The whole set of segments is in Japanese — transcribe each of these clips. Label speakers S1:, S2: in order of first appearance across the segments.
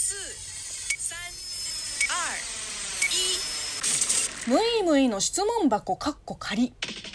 S1: むいむいの質問箱かっこ仮。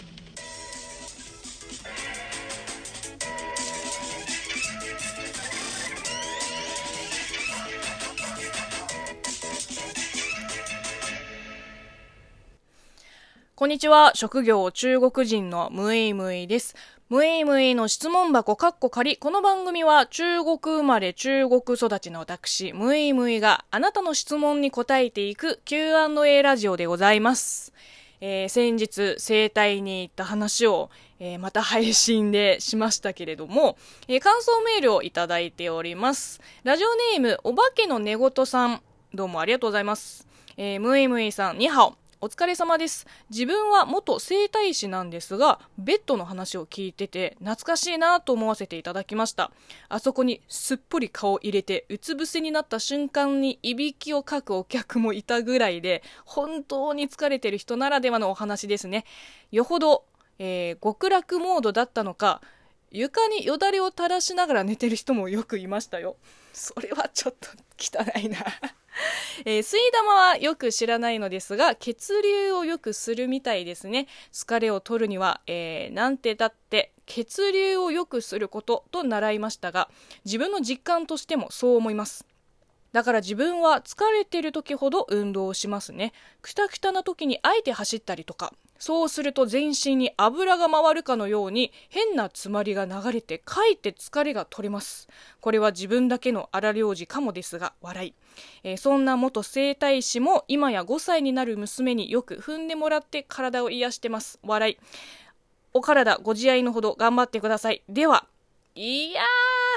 S1: こんにちは。職業中国人のむいむいです。むいむいの質問箱かっこ仮。この番組は中国生まれ中国育ちの私むいむいがあなたの質問に答えていく Q&A ラジオでございます。先日整体に行った話を、また配信でしましたけれども、感想メールをいただいております。ラジオネームお化けの寝言さん、どうもありがとうございます。むいむいさん、にはお疲れ様です。自分は元整体師なんですが、ベッドの話を聞いてて懐かしいなと思わせていただきました。あそこにすっぽり顔を入れてうつ伏せになった瞬間にいびきをかくお客もいたぐらいで、本当に疲れてる人ならではのお話ですね。よほど、極楽モードだったのか、床によだれを垂らしながら寝てる人もよくいましたよ。それはちょっと汚いな。吸い玉はよく知らないのですが、血流をよくするみたいですね。疲れを取るには、なんてだって血流をよくすることと習いましたが、自分の実感としてもそう思います。だから自分は疲れてる時ほど運動をしますね。くたくたな時にあえて走ったりとか、そうすると全身に油が回るかのように変な詰まりが流れてかえって疲れが取れます。これは自分だけの荒療治かもですが笑い。そんな元整体師も今や5歳になる娘によく踏んでもらって体を癒してます。笑い。お体ご自愛のほど頑張ってください。では、いや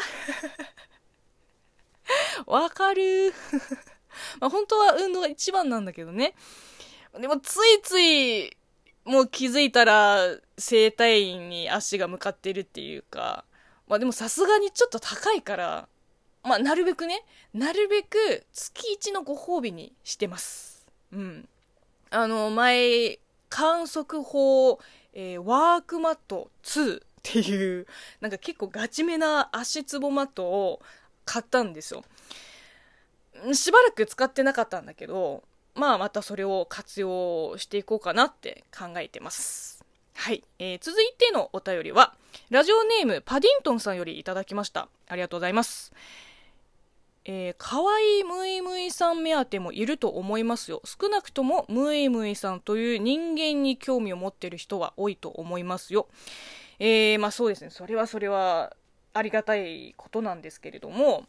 S1: ーわかるまあ本当は運動が一番なんだけどね。でもついついもう気づいたら整体院に足が向かってるっていうか、まあでもさすがにちょっと高いから、まあなるべく月1のご褒美にしてます。うん。前、観測法、ワークマット2っていう、なんか結構ガチめな足つぼマットを買ったんですよ。しばらく使ってなかったんだけど、まあまたそれを活用していこうかなって考えてます。はい、続いてのお便りはラジオネームパディントンさんよりいただきました。ありがとうございます。かわいいむいむいさん目当てもいると思いますよ。少なくともむいむいさんという人間に興味を持っている人は多いと思いますよ。まあそうですね、それはありがたいことなんですけれども、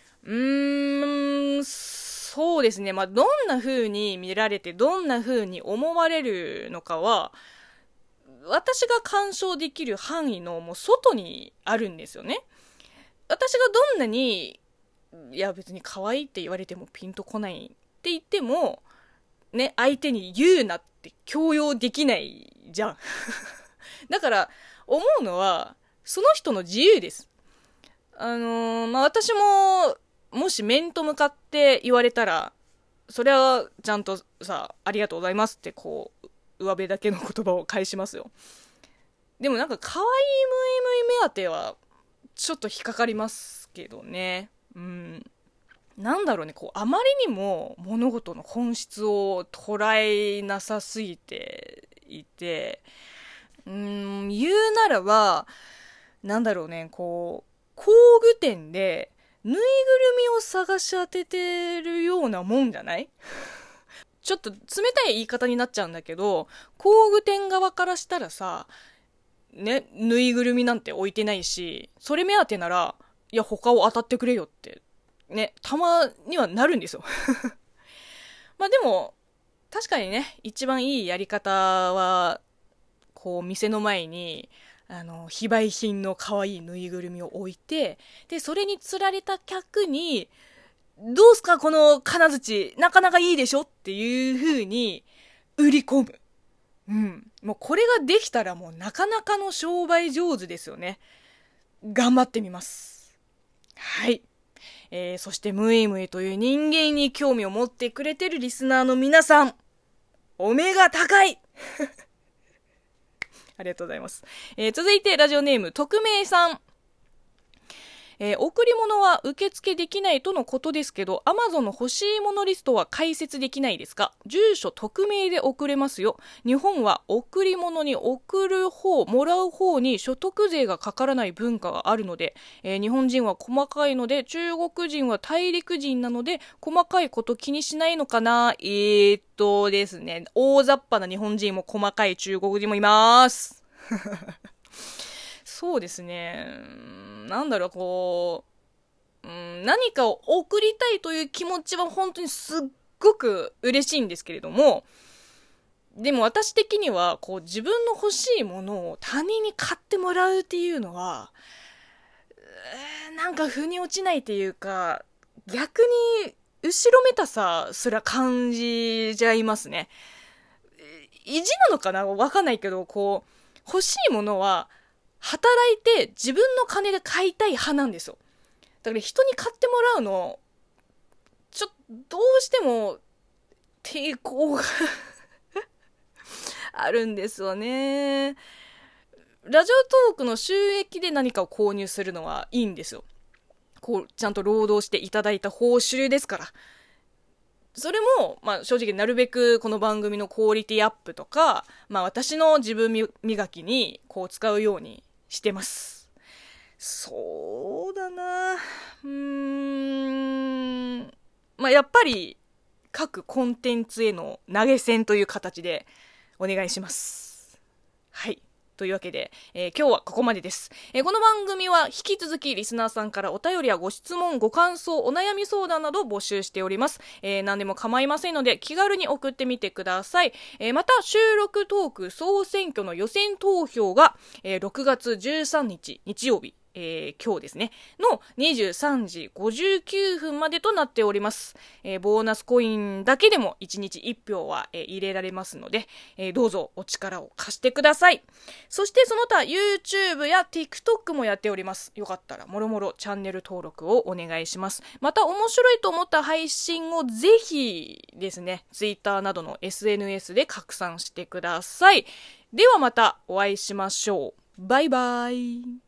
S1: そうですね。まあ、どんな風に見られて、どんな風に思われるのかは、私が干渉できる範囲のもう外にあるんですよね。私がどんなに、いや別に可愛いって言われてもピンとこないって言っても、ね、相手に言うなって強要できないじゃん。だから、思うのは、その人の自由です。まあ、私も、もし面と向かって言われたら、それはちゃんとさ、ありがとうございますってこう、上辺だけの言葉を返しますよ。でもなんか可愛いむいむい目当ては、ちょっと引っかかりますけどね。うん。なんだろうね、こう、あまりにも物事の本質を捉えなさすぎていて、言うならば、なんだろうね、こう、工具店で、ぬいぐるみを探し当ててるようなもんじゃないちょっと冷たい言い方になっちゃうんだけど、工具店側からしたらさ、ね、ぬいぐるみなんて置いてないし、それ目当てなら、いや他を当たってくれよって、ね、たまにはなるんですよ。まあでも、確かにね、一番いいやり方は、こう店の前に、非売品の可愛いぬいぐるみを置いて、で、それに釣られた客に、どうすかこの金槌、なかなかいいでしょっていう風に売り込む。うん。もうこれができたらもうなかなかの商売上手ですよね。頑張ってみます。はい。そしてムイムイという人間に興味を持ってくれてるリスナーの皆さん、お目が高いありがとうございます。続いてラジオネーム匿名さん。 贈り物は受付できないとのことですけど、Amazon の欲しいものリストは開設できないですか？住所匿名で送れますよ。日本は贈り物に送る方、もらう方に所得税がかからない文化があるので、日本人は細かいので、中国人は大陸人なので、細かいこと気にしないのかな？ですね、大雑把な日本人も細かい中国人もいます。そうですね。なんだろう、何かを送りたいという気持ちは本当にすっごく嬉しいんですけれども、でも私的には、自分の欲しいものを他人に買ってもらうっていうのは、なんか腑に落ちないっていうか、逆に後ろめたさすら感じちゃいますね。意地なのかなわかんないけど、欲しいものは、働いて自分の金で買いたい派なんですよ。だから人に買ってもらうの、どうしても抵抗があるんですよね。ラジオトークの収益で何かを購入するのはいいんですよ。ちゃんと労働していただいた報酬ですから。それも、正直なるべくこの番組のクオリティアップとか、私の自分磨きに使うようにしてます。そうだなやっぱり各コンテンツへの投げ銭という形でお願いします。はい。というわけで、今日はここまでです。この番組は引き続きリスナーさんからお便りやご質問、ご感想、お悩み相談など募集しております。何でも構いませんので気軽に送ってみてください。また収録トーク総選挙の予選投票が、6月13日日曜日、今日ですねの23時59分までとなっております。ボーナスコインだけでも1日1票は、入れられますので、どうぞお力を貸してください。そしてその他 YouTube や TikTok もやっております。よかったらもろもろチャンネル登録をお願いします。また面白いと思った配信をぜひですね Twitter などの SNS で拡散してください。ではまたお会いしましょう。バイバイ。